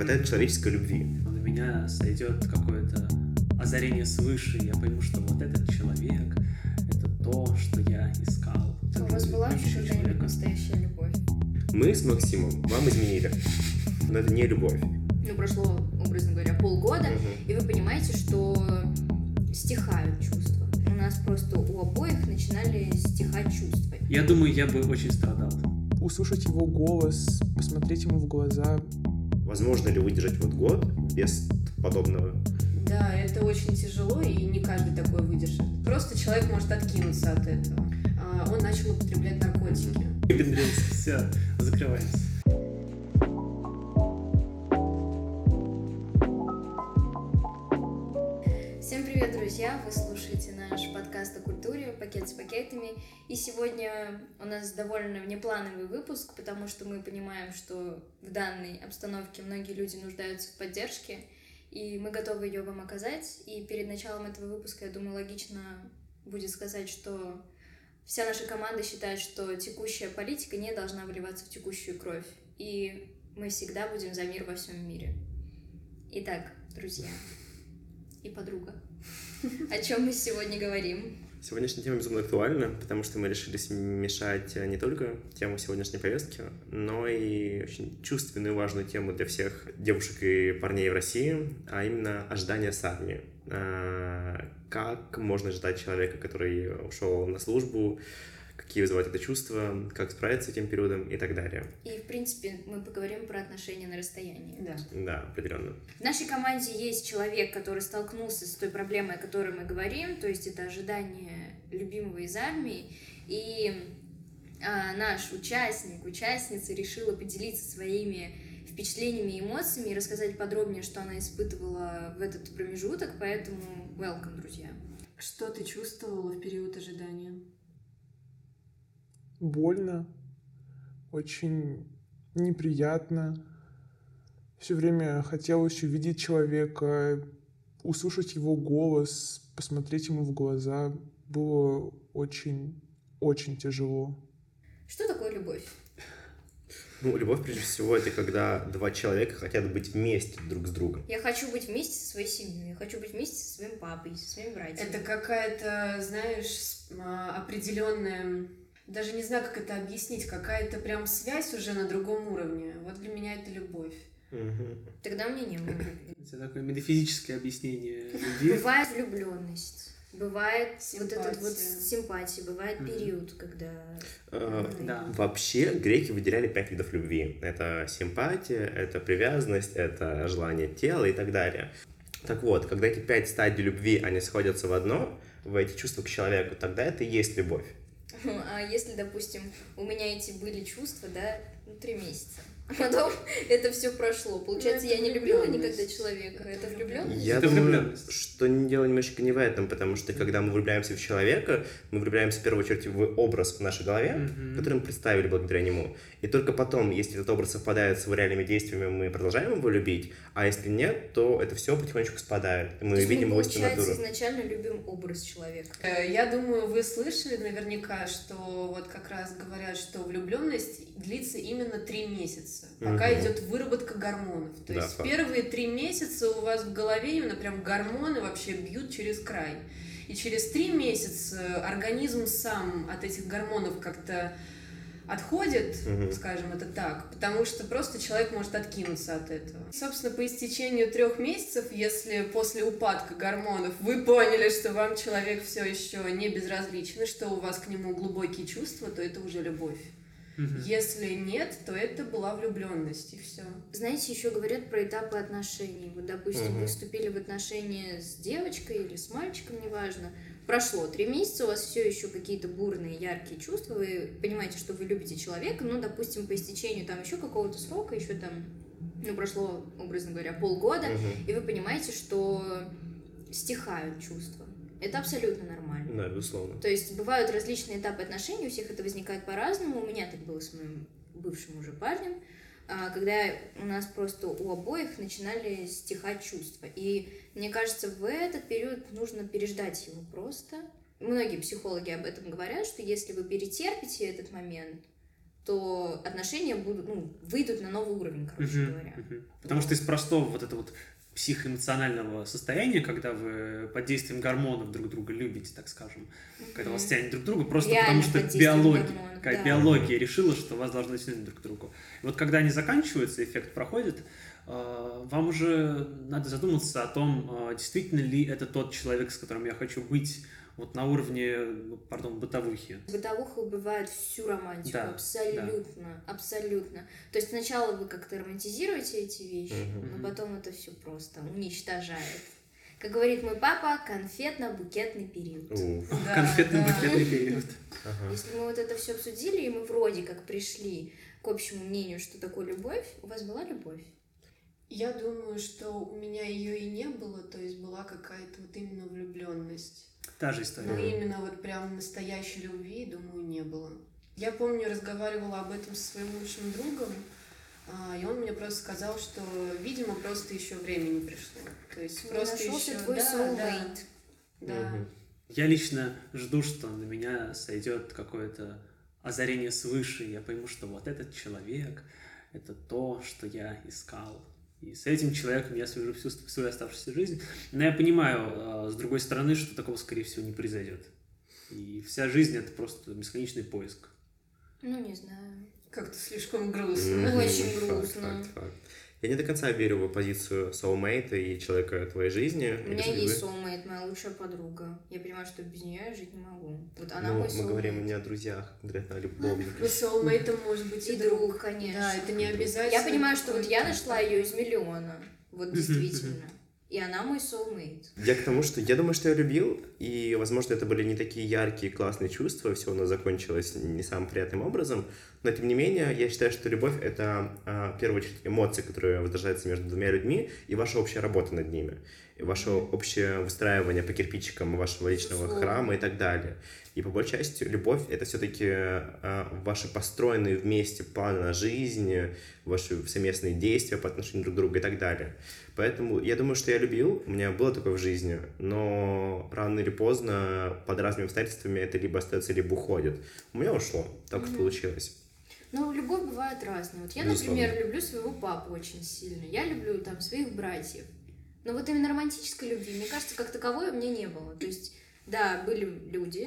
хватает человеческой любви. На меня сойдет какое-то озарение свыше, и я пойму, что вот этот человек — это то, что я искал. У вас была вообще когда-нибудь настоящая любовь? Мы с Максимом вам изменили, но это не любовь. Прошло, образно говоря, полгода, и вы понимаете, что стихают чувства. У нас просто у обоих начинали стихать чувства. Я думаю, я бы очень страдал. Услышать его голос, посмотреть ему в глаза. Возможно ли выдержать год без подобного? Да, это очень тяжело, и не каждый такое выдержит. Просто человек может откинуться от этого. Он начал употреблять наркотики. Все, закрываемся. Всем привет, друзья! Вы слушаете наш подкаст о культуре «Пакет с пакетами». И сегодня у нас довольно внеплановый выпуск, потому что мы понимаем, что в данной обстановке многие люди нуждаются в поддержке, и мы готовы ее вам оказать. И перед началом этого выпуска, я думаю, логично будет сказать, что вся наша команда считает, что текущая политика не должна выливаться в текущую кровь. И мы всегда будем за мир во всем мире. Итак, друзья и подруга, о чем мы сегодня говорим? Сегодняшняя тема безумно актуальна, потому что мы решили смешать не только тему сегодняшней повестки, но и очень чувственную и важную тему для всех девушек и парней в России, а именно ожидание с армии. Как можно ждать человека, который ушел на службу, какие вызывают это чувства, как справиться с этим периодом и так далее. И, в принципе, мы поговорим про отношения на расстоянии. Да, определенно. В нашей команде есть человек, который столкнулся с той проблемой, о которой мы говорим, то есть это ожидание любимого из армии, и наш участница решила поделиться своими впечатлениями и эмоциями и рассказать подробнее, что она испытывала в этот промежуток, поэтому welcome, друзья. Что ты чувствовала в период ожидания? Больно, очень неприятно. Все время хотелось увидеть человека, услышать его голос, посмотреть ему в глаза. Было очень тяжело. Что такое любовь? Любовь, прежде всего, это когда два человека хотят быть вместе друг с другом. Я хочу быть вместе со своей семьей, я хочу быть вместе со своим папой, со своими братьями. Это какая-то, знаешь, определенная... Даже не знаю, как это объяснить, какая-то прям связь уже на другом уровне. Вот для меня это любовь. Тогда у меня не было. Это такое метафизическое объяснение любви. Бывает влюбленность, бывает Симпатия. вот этот симпатия, бывает период, когда... Да. Вообще греки выделяли 5 видов любви. Это симпатия, это привязанность, это желание тела и так далее. Так вот, когда эти 5 стадий любви, они сходятся в одно, в эти чувства к человеку, тогда это и есть любовь. А если, допустим, у меня эти были чувства, 3 месяца, а потом это все прошло. Получается, я не любила никогда человека. Это влюбленность? Я думаю, что дело немножечко не в этом, потому что когда мы влюбляемся в человека, мы влюбляемся в первую очередь в образ в нашей голове, который мы представили благодаря нему. И только потом, если этот образ совпадает с его реальными действиями, мы продолжаем его любить, а если нет, то это все потихонечку спадает. И мы видим его истинную натуру. Мы, получается, изначально любим образ человека. Я думаю, вы слышали наверняка, что вот как раз говорят, что влюбленность длится именно 3 месяца, пока идет выработка гормонов. То есть первые 3 месяца у вас в голове именно прям гормоны вообще бьют через край. И через 3 месяца организм сам от этих гормонов как-то отходит, скажем это так, потому что просто человек может откинуться от этого. Собственно, по истечению 3 месяцев, если после упадка гормонов вы поняли, что вам человек все еще не безразличен, что у вас к нему глубокие чувства, то это уже любовь. Если нет, то это была влюбленность, и все. Знаете, еще говорят про этапы отношений. Вот, допустим, вы вступили в отношения с девочкой или с мальчиком, неважно. Прошло 3 месяца, у вас все еще какие-то бурные, яркие чувства, вы понимаете, что вы любите человека, допустим, по истечению там еще какого-то срока, еще там, прошло, образно говоря, полгода, и вы понимаете, что стихают чувства. Это абсолютно нормально. Да, безусловно. То есть бывают различные этапы отношений, у всех это возникает по-разному. У меня так было с моим бывшим уже парнем, когда у нас просто у обоих начинали стихать чувства. И мне кажется, в этот период нужно переждать его просто. Многие психологи об этом говорят, что если вы перетерпите этот момент, то отношения будут, выйдут на новый уровень, короче говоря. Потому что из простого вот этого вот психоэмоционального состояния, когда вы под действием гормонов друг друга любите, так скажем, когда вас тянет друг к другу, просто Реально потому что биология решила, что вас должны тянуть друг к другу. И вот когда они заканчиваются, эффект проходит, вам уже надо задуматься о том, действительно ли это тот человек, с которым я хочу быть, вот на уровне, бытовухи. Бытовуха убивает всю романтику, Да, абсолютно. То есть сначала вы как-то романтизируете эти вещи, но потом это все просто уничтожает. Как говорит мой папа, конфетно-букетный период. Конфетно-букетный период. Если мы вот это все обсудили, и мы вроде как пришли к общему мнению, что такое любовь, у вас была любовь? Я думаю, что у меня ее и не было, то есть была какая-то вот именно влюбленность. Та же история. Но именно вот прям настоящей любви, думаю, не было. Я помню, разговаривала об этом со своим лучшим другом, и он мне просто сказал, что, видимо, просто еще время не пришло. То есть просто нашелся еще твой soulmate. Да. Я лично жду, что на меня сойдет какое-то озарение свыше, и я пойму, что вот этот человек — это то, что я искал. И с этим человеком я свяжу всю свою оставшуюся жизнь. Но я понимаю, с другой стороны, что такого, скорее всего, не произойдет. И вся жизнь — это просто бесконечный поиск. Не знаю. Как-то слишком грустно. Очень грустно. Факт. Я не до конца верю в позицию soulmate и человека твоей жизни. У меня есть soulmate, моя лучшая подруга. Я понимаю, что без нее я жить не могу. Вот она мой soulmate. Мы говорим не о друзьях, конкретно о любовниках. Но soulmate может быть и друг, конечно. Да, это не обязательно. Я понимаю, что вот я нашла ее из миллиона. Вот действительно. И она мой soulmate. Я к тому, что я думаю, что я любил, и, возможно, это были не такие яркие, классные чувства, все оно закончилось не самым приятным образом, но, тем не менее, я считаю, что любовь — это, в первую очередь, эмоции, которые возрождаются между двумя людьми, и ваша общая работа над ними, и ваше общее выстраивание по кирпичикам вашего личного храма и так далее. И, по большей части, любовь — это все-таки ваши построенные вместе планы на жизнь, ваши совместные действия по отношению друг к другу и так далее. Поэтому я думаю, что я любил, у меня было такое в жизни, но рано или поздно под разными обстоятельствами это либо остается, либо уходит. У меня ушло, так уж получилось. Любовь бывает разная. Вот я, например, люблю своего папу очень сильно. Я люблю там своих братьев. Но вот именно романтической любви, мне кажется, как таковой у меня не было. То есть, да, были люди,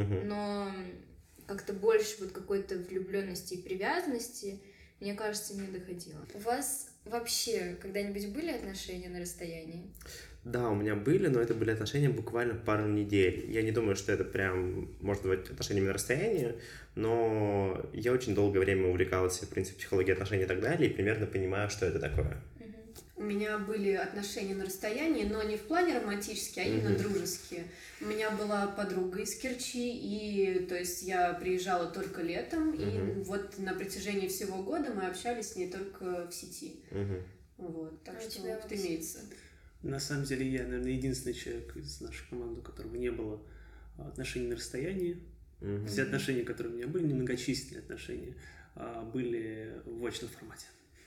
но как-то больше вот какой-то влюбленности и привязанности, мне кажется, не доходило. У вас вообще когда-нибудь были отношения на расстоянии? Да, у меня были, но это были отношения буквально пару недель. Я не думаю, что это прям может быть отношениями на расстоянии, но я очень долгое время увлекался, в принципе, психологией отношений и так далее, и примерно понимаю, что это такое. У меня были отношения на расстоянии, но не в плане романтические, а именно дружеские. У меня была подруга из Керчи, и то есть я приезжала только летом, и вот на протяжении всего года мы общались с ней только в сети. Вот, так что это имеется. На самом деле я, наверное, единственный человек из нашей команды, у которого не было отношений на расстоянии. Все отношения, которые у меня были, немногочисленные отношения, были в очном формате.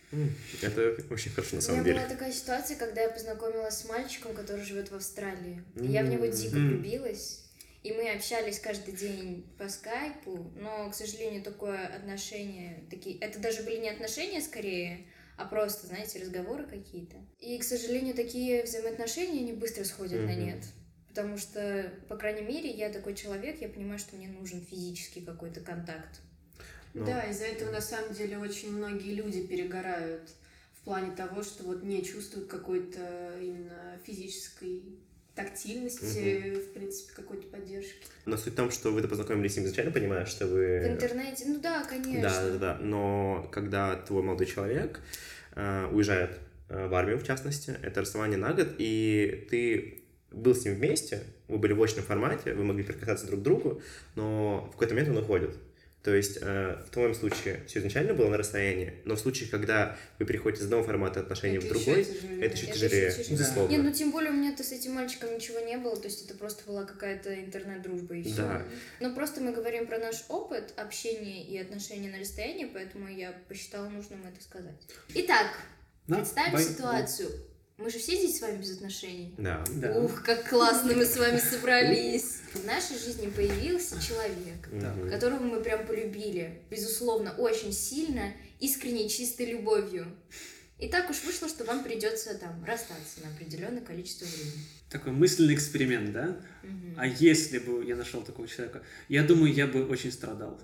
Это очень хорошо, на самом деле. У меня была такая ситуация, когда я познакомилась с мальчиком, который живет в Австралии. И я в него дико влюбилась. И мы общались каждый день по скайпу, но, к сожалению, такое отношение... Это даже были не отношения скорее, а просто, знаете, разговоры какие-то. И, к сожалению, такие взаимоотношения, они быстро сходят на нет. Потому что, по крайней мере, я такой человек, я понимаю, что мне нужен физический какой-то контакт. Да, из-за этого на самом деле очень многие люди перегорают в плане того, что вот не чувствуют какой-то именно физической тактильности, в принципе, какой-то поддержки. Но суть в том, что вы познакомились с ним изначально, понимая, что вы... В интернете? Ну да, конечно. Да. Но когда твой молодой человек уезжает в армию, в частности, это расставание на год, и ты был с ним вместе, вы были в очном формате, вы могли прикасаться друг к другу, но в какой-то момент он уходит. То есть в твоем случае все изначально было на расстоянии, но в случае, когда вы переходите из одного формата отношений в другой, это еще тяжелее, безусловно. Нет, ну тем более у меня-то с этим мальчиком ничего не было, то есть это просто была какая-то интернет-дружба и все. Да. Но просто мы говорим про наш опыт общения и отношений на расстоянии, поэтому я посчитала нужным это сказать. Итак, представим ситуацию. Мы же все здесь с вами без отношений. Да. Ух, как классно мы с вами собрались. В нашей жизни появился человек, которого мы прям полюбили. Безусловно, очень сильно, искренне, чистой любовью. И так уж вышло, что вам придется там расстаться на определенное количество времени. Такой мысленный эксперимент, да? А если бы я нашел такого человека, я думаю, я бы очень страдал.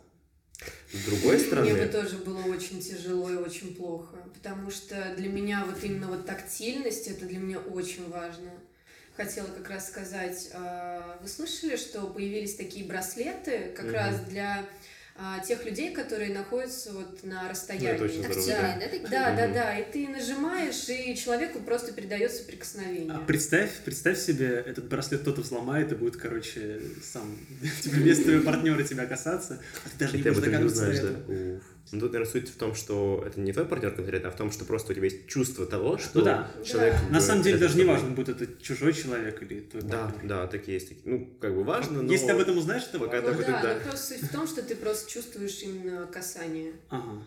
С другой стороны... Мне бы тоже было очень тяжело и очень плохо, потому что для меня вот именно вот тактильность, это для меня очень важно. Хотела как раз сказать, вы слышали, что появились такие браслеты как раз для тех людей, которые находятся вот на расстоянии. Ну, это очень здорово. Да, и ты нажимаешь, и человеку просто передается прикосновение. А представь себе, этот браслет кто-то взломает и будет, короче, сам вместо твоего партнера тебя касаться, а ты даже не будешь догадываться этого. Ну, тут, наверное, суть в том, что это не твой партнер конкретно, а в том, что просто у тебя есть чувство того, что человек... На самом деле даже не важно, будет это чужой человек или твой партнер. Да, такие есть. Ну, как бы важно, но... Если ты об этом узнаешь, это важно. Но просто суть в том, что ты просто чувствуешь именно касание. Ага.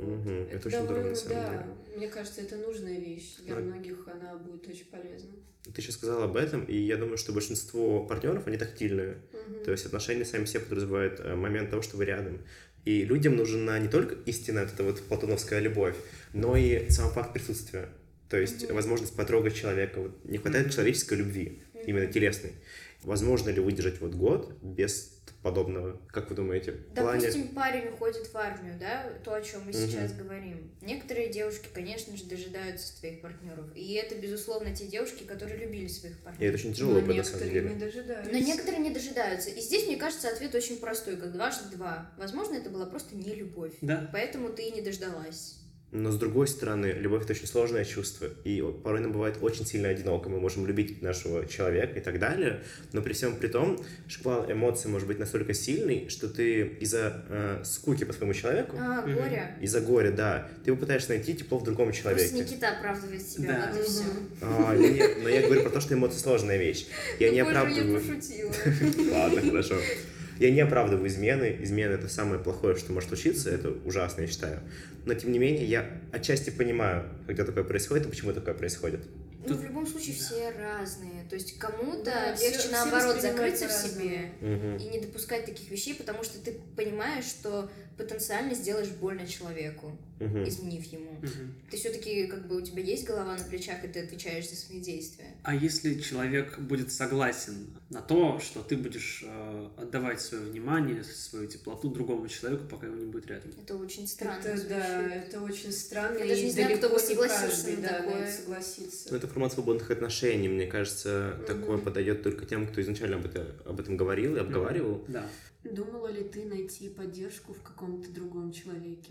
Это очень здорово, на самом деле. Мне кажется, это нужная вещь. Для многих она будет очень полезна. Ты сейчас сказала об этом, и я думаю, что большинство партнеров, они тактильные. То есть отношения сами все подразумевают момент того, что вы рядом. И людям нужна не только истинная вот эта вот платоновская любовь, но и сам факт присутствия. То есть возможность потрогать человека. Вот не хватает человеческой любви, именно телесной. Возможно ли выдержать вот год без подобного? Как вы думаете? Допустим, парень уходит в армию, да, то, о чем мы сейчас говорим. Некоторые девушки, конечно же, дожидаются своих партнеров. И это, безусловно, те девушки, которые любили своих партнеров. И это очень тяжело, на самом деле. Но некоторые не дожидаются. И здесь, мне кажется, ответ очень простой, как дважды два. Возможно, это была просто не любовь. Да. Поэтому ты и не дождалась. Но, с другой стороны, любовь — это очень сложное чувство, и порой нам бывает очень сильно одиноко, мы можем любить нашего человека и так далее, но при всем при том, шквал эмоций может быть настолько сильный, что ты из-за скуки по своему человеку, горя. из-за горя, да, ты попытаешься найти тепло в другом человеке. Просто Никита оправдывает себя, вот и все. Нет, но я говорю про то, что эмоции — сложная вещь. Я не оправдываю... Я пошутила. Ладно, хорошо. Я не оправдываю измены. Измена — это самое плохое, что может случиться. Это ужасно, я считаю. Но, тем не менее, я отчасти понимаю, когда такое происходит и почему такое происходит. Ну, в любом случае, все разные. То есть кому-то легче, наоборот, закрыться в себе и не допускать таких вещей, потому что ты понимаешь, что потенциально сделаешь больно человеку, изменив ему. Ты все-таки, как бы, у тебя есть голова на плечах, и ты отвечаешь за свои действия. А если человек будет согласен на то, что ты будешь отдавать свое внимание, свою теплоту другому человеку, пока его не будет рядом? Это очень странно. Это очень странно. Я даже не знаю, кто бы согласился на такое. Согласиться. Ну, это формат свободных отношений, мне кажется, такое подойдет только тем, кто изначально об этом говорил и обговаривал. Да. Думала ли ты найти поддержку в каком-то другом человеке?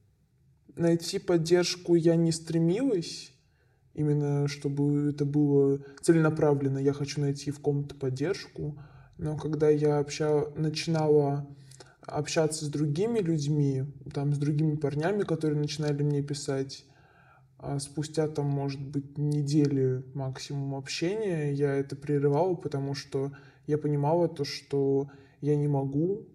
Найти поддержку я не стремилась, именно чтобы это было целенаправленно. Я хочу найти в ком-то поддержку, но когда я начинала общаться с другими людьми, там, с другими парнями, которые начинали мне писать, а спустя там, может быть, недели максимум общения, я это прерывала, потому что я понимала то, что я не могу,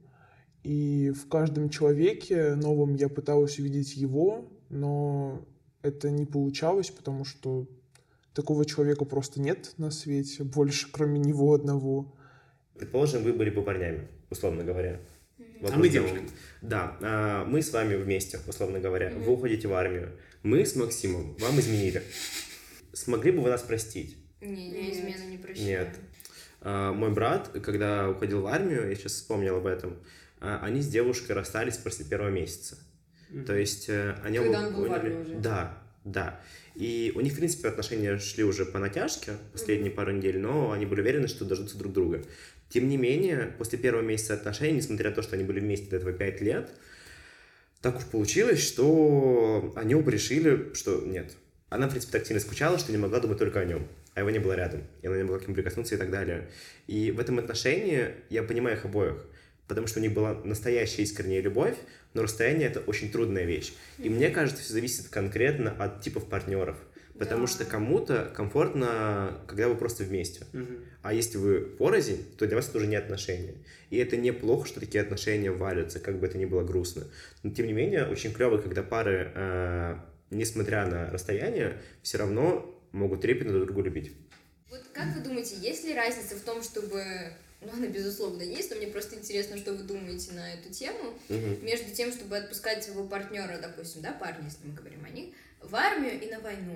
и в каждом человеке новом я пыталась увидеть его, но это не получалось, потому что такого человека просто нет на свете, больше, кроме него одного. Предположим, вы были бы парнями, условно говоря. А мы девушки. Да, мы с вами вместе, условно говоря. Вы уходите в армию. Мы с Максимом вам изменили. Смогли бы вы нас простить? Не, я измену не прощаю. Нет. Мой брат, когда уходил в армию, я сейчас вспомнил об этом, они с девушкой расстались после первого месяца. То есть они когда оба он был в армии уже. Да. И у них, в принципе, отношения шли уже по натяжке последние пару недель, но они были уверены, что дождутся друг друга. Тем не менее, после первого месяца отношений, несмотря на то, что они были вместе до этого 5 лет, так уж получилось, что они оба решили, что нет. Она, в принципе, так сильно скучала, что не могла думать только о нем, а его не было рядом, и она не могла к нему прикоснуться и так далее. И в этом отношении я понимаю их обоих, потому что у них была настоящая искренняя любовь, но расстояние — это очень трудная вещь. И мне кажется, все зависит конкретно от типов партнеров. Потому что кому-то комфортно, когда вы просто вместе. А если вы порознь, то для вас это уже не отношения. И это неплохо, что такие отношения валятся, как бы это ни было грустно. Но тем не менее, очень клево, когда пары, несмотря на расстояние, все равно могут трепетно друг друга любить. Вот как вы думаете, есть ли разница в том, чтобы... Ну, она, безусловно, есть, но мне просто интересно, что вы думаете на эту тему, между тем, чтобы отпускать своего партнера, допустим, да, парня, если мы говорим о них, в армию и на войну?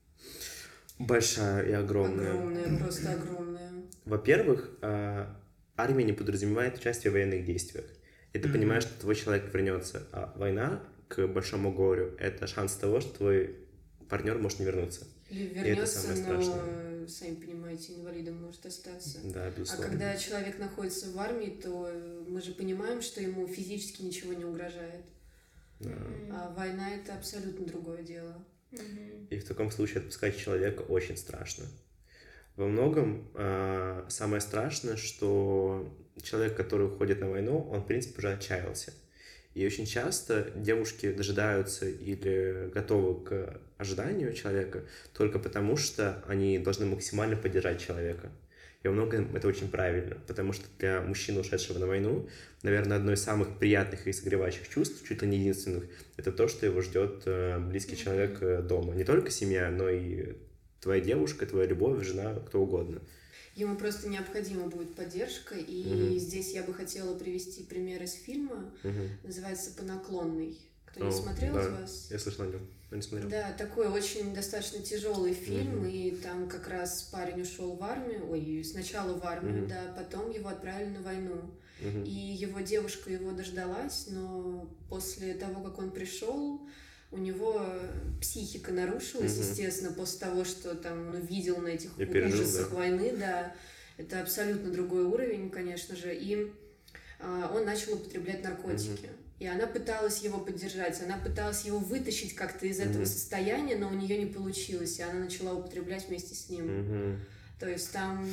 Большая и огромная. Огромная, просто огромная. Во-первых, армия не подразумевает участие в военных действиях. И ты понимаешь, что твой человек вернется. А война, к большому горю, это шанс того, что твой партнер может не вернуться. Или вернется, но, сами понимаете, инвалидом может остаться. Да, безусловно. А когда человек находится в армии, то мы же понимаем, что ему физически ничего не угрожает. Да. А война — это абсолютно другое дело. И в таком случае отпускать человека очень страшно. Во многом самое страшное, что человек, который уходит на войну, он, в принципе, уже отчаялся. И очень часто девушки дожидаются или готовы к ожиданию человека только потому, что они должны максимально поддержать человека. И во многом это очень правильно, потому что для мужчины, ушедшего на войну, наверное, одно из самых приятных и согревающих чувств, чуть ли не единственных, это то, что его ждет близкий человек дома. Не только семья, но и твоя девушка, твоя любовь, жена, кто угодно. Ему просто необходима будет поддержка, и здесь я бы хотела привести пример из фильма, называется «По наклонной». Кто не смотрел из вас? Я слышал о нем, но не смотрел. Да, такой очень достаточно тяжелый фильм, и там как раз парень ушел в армию, сначала в армию, да, потом его отправили на войну. И его девушка его дождалась, но после того, как он пришел, у него психика нарушилась, естественно, после того, что там он увидел на этих ужасах войны, да. Это абсолютно другой уровень, конечно же. И он начал употреблять наркотики. И она пыталась его поддержать, она пыталась его вытащить как-то из этого состояния, но у нее не получилось, и она начала употреблять вместе с ним. То есть там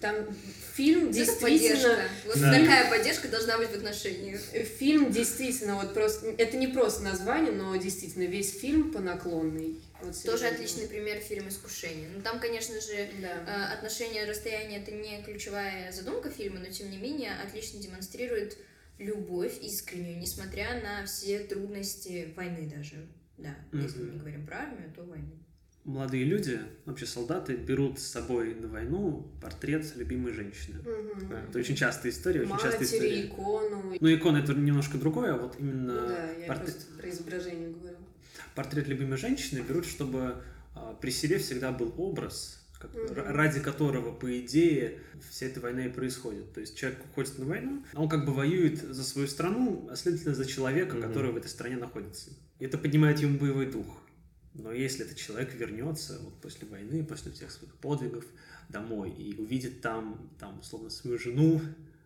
фильм действительно... Вот такая поддержка должна быть в отношениях. Фильм действительно, вот просто... Это не просто название, но действительно весь фильм по наклонной. Вот тоже отличный пример фильм «Искушение». Ну, там, конечно же, отношения, расстояние — это не ключевая задумка фильма, но, тем не менее, отлично демонстрирует любовь искреннюю, несмотря на все трудности войны даже. Да, если мы не говорим про армию, то войну. Молодые люди, вообще солдаты, берут с собой на войну портрет любимой женщины. Да, это очень частая история. Матери, икону. Ну, икона — это немножко другое, а вот именно... Ну да, я просто про изображение говорю. Портрет любимой женщины берут, чтобы при себе всегда был образ, ради которого, по идее, вся эта война и происходит. То есть человек уходит на войну, а он как бы воюет за свою страну, а следовательно за человека, который в этой стране находится. И это поднимает ему боевой дух. Но если этот человек вернется вот после войны, после всех своих подвигов домой и увидит там условно, свою жену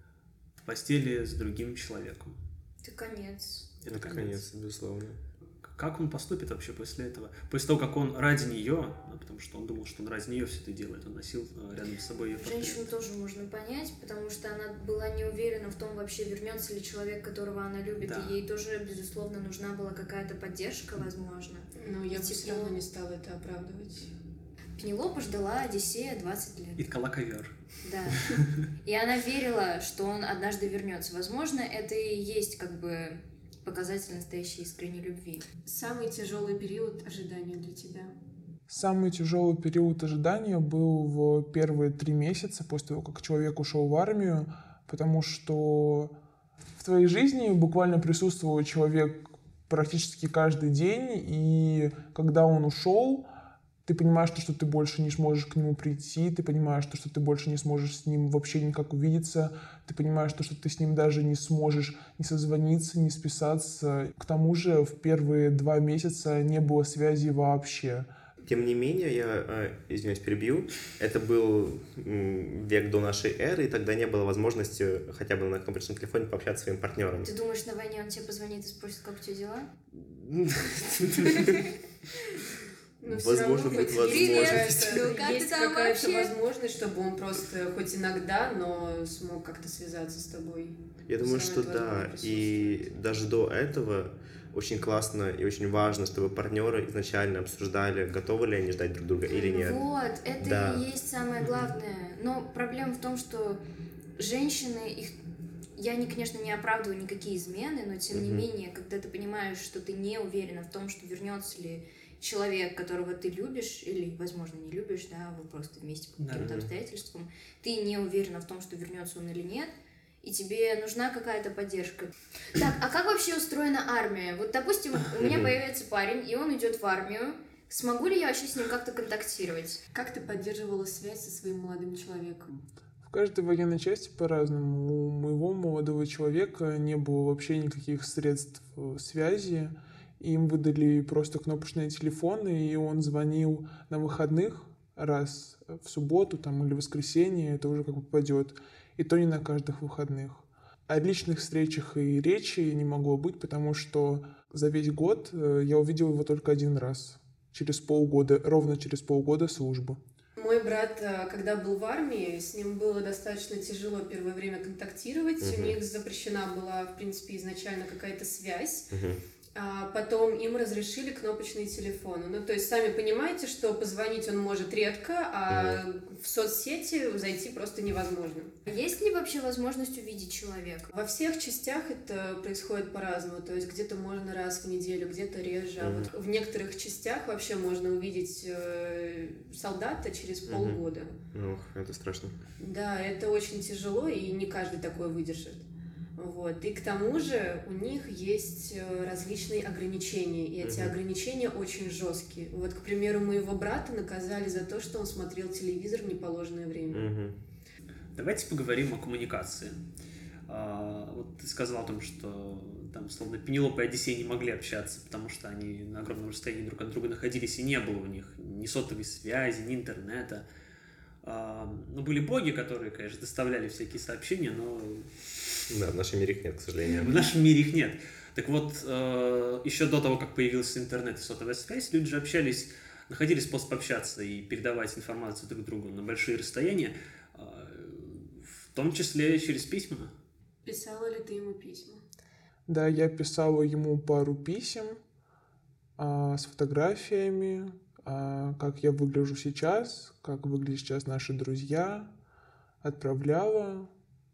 в постели с другим человеком. Это конец. Это конец, безусловно. Как он поступит вообще после этого? После того, как он ради нее, потому что он думал, что он ради нее все это делает, он носил рядом с собой ее портрет. Женщину тоже можно понять, потому что она была не уверена в том, вообще вернется ли человек, которого она любит, и ей тоже, безусловно, нужна была какая-то поддержка, возможно. Но я бы все равно не стала это оправдывать. Пенелопа ждала Одиссея 20 лет. И ткала ковер. Да. И она верила, что он однажды вернется. Возможно, это и есть как бы показатель настоящей искренней любви. Самый тяжелый период ожидания для тебя? Самый тяжелый период ожидания был в первые 3 месяца после того, как человек ушел в армию, потому что в твоей жизни буквально присутствовал человек практически каждый день, и когда он ушел, ты понимаешь, что ты больше не сможешь к нему прийти, ты понимаешь, что ты больше не сможешь с ним вообще никак увидеться, ты понимаешь, что ты с ним даже не сможешь ни созвониться, ни списаться. К тому же в первые 2 месяца не было связи вообще. Тем не менее, я, извиняюсь, перебью, это был век до нашей эры, и тогда не было возможности хотя бы на кнопочном телефоне пообщаться с своим партнером. Ты думаешь, на войне он тебе позвонит и спросит, как у тебя дела? Возможно, будет возможность. Есть какая-то возможность, чтобы он просто хоть иногда, но смог как-то связаться с тобой. Я думаю, что да. И даже до этого очень классно и очень важно, чтобы партнеры изначально обсуждали, готовы ли они ждать друг друга или нет. Вот, это и есть самое главное. Но проблема в том, что женщины, я, конечно, не оправдываю никакие измены, но тем не менее, когда ты понимаешь, что ты не уверена в том, что вернется ли человек, которого ты любишь, или, возможно, не любишь, любишь, да, вы просто вместе по каким-то обстоятельствам, ты не уверена в том, что вернется он или нет, и тебе нужна какая-то поддержка. Так, а как вообще устроена армия? Вот, допустим, у меня появится парень, и он идет в армию. Смогу ли я вообще с ним как-то контактировать? Как ты поддерживала связь со своим молодым человеком? В каждой военной части по-разному. У моего молодого человека не было вообще никаких средств связи. Им выдали просто кнопочные телефоны, и он звонил на выходных раз в субботу там, или воскресенье, это уже как попадет. И то не на каждых выходных. О личных встречах и речи не могло быть, потому что за весь год я увидел его только один раз. Через полгода, ровно через полгода службы. Мой брат, когда был в армии, с ним было достаточно тяжело первое время контактировать. У них запрещена была, в принципе, изначально какая-то связь. А потом им разрешили кнопочные телефоны. Ну, то есть, сами понимаете, что позвонить он может редко, а в соцсети зайти просто невозможно. Есть ли вообще возможность увидеть человека? Во всех частях это происходит по-разному. То есть, где-то можно раз в неделю, где-то реже. А вот в некоторых частях вообще можно увидеть солдата через полгода. Ох, это страшно. Да, это очень тяжело, и не каждый такое выдержит. Вот. И к тому же у них есть различные ограничения, и эти ограничения очень жесткие. Вот, к примеру, моего брата наказали за то, что он смотрел телевизор в неположенное время. Давайте поговорим о коммуникации. Вот ты сказал о том, что там, словно Пенелопа и Одиссей не могли общаться, потому что они на огромном расстоянии друг от друга находились, и не было у них ни сотовой связи, ни интернета. Ну, были боги, которые, конечно, доставляли всякие сообщения, но... Да, в нашем мире их нет, к сожалению. В нашем мире их нет. Так вот, еще до того, как появился интернет и сотовая связь, люди же общались, находили способ общаться и передавать информацию друг другу на большие расстояния, в том числе через письма. Писала ли ты ему письма? Да, я писала ему пару писем с фотографиями, как я выгляжу сейчас, как выглядят сейчас наши друзья, отправляла.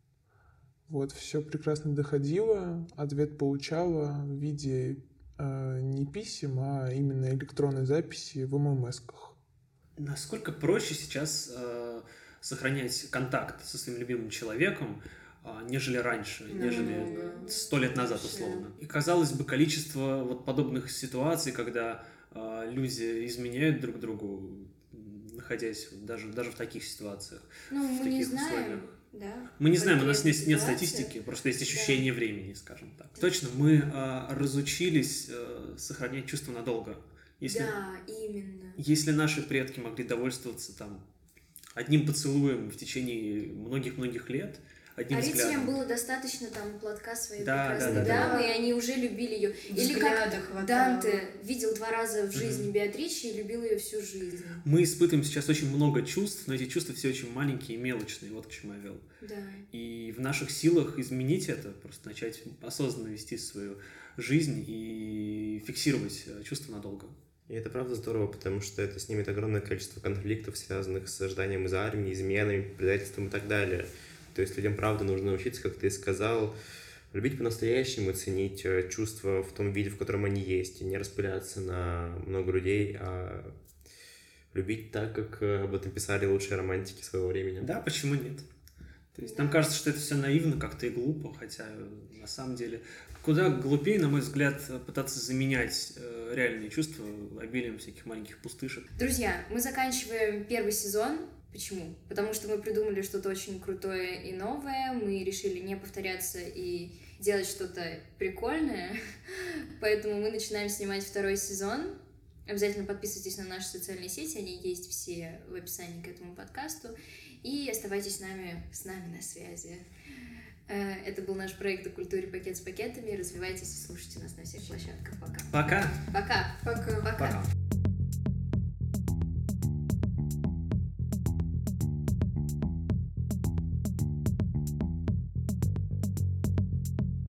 Вот, все прекрасно доходило, ответ получала в виде не писем, а именно электронной записи в ММС-ках. Насколько проще сейчас сохранять контакт со своим любимым человеком, нежели раньше, нежели 100 лет назад, условно. И, казалось бы, количество вот подобных ситуаций, когда люди изменяют друг другу, находясь даже в таких ситуациях, ну, в таких знаем. условиях. Да. Мы не знаем, у нас нет статистики, просто есть ощущение времени, скажем так. Точно, мы разучились сохранять чувства надолго. Да, именно. Если наши предки могли довольствоваться там одним поцелуем в течение многих-многих лет, одним взглядом. Аритиям было достаточно там платка своей Да, прекрасной дамы, и они уже любили ее. Или как Данте видел 2 раза в жизни Беатричи и любил ее всю жизнь. Мы испытываем сейчас очень много чувств, но эти чувства все очень маленькие и мелочные, вот к чему я вел. Да. И в наших силах изменить это, просто начать осознанно вести свою жизнь и фиксировать чувства надолго. И это правда здорово, потому что это снимет огромное количество конфликтов, связанных с ожиданием из армии, изменами, предательством и так далее. То есть людям правда нужно научиться, как ты сказал, любить по-настоящему, ценить чувства в том виде, в котором они есть, и не распыляться на много людей, а любить так, как об этом писали лучшие романтики своего времени. Да, почему нет? То есть нам кажется, что это все наивно как-то и глупо, хотя на самом деле куда глупее, на мой взгляд, пытаться заменять реальные чувства обилием всяких маленьких пустышек. Друзья, мы заканчиваем 1 сезон. Почему? Потому что мы придумали что-то очень крутое и новое, мы решили не повторяться и делать что-то прикольное, поэтому мы начинаем снимать 2 сезон. Обязательно подписывайтесь на наши социальные сети, они есть все в описании к этому подкасту, и оставайтесь с нами на связи. Это был наш проект о культуре «Пакет с пакетами». Развивайтесь и слушайте нас на всех площадках. Пока. Пока. Пока. Пока. Пока.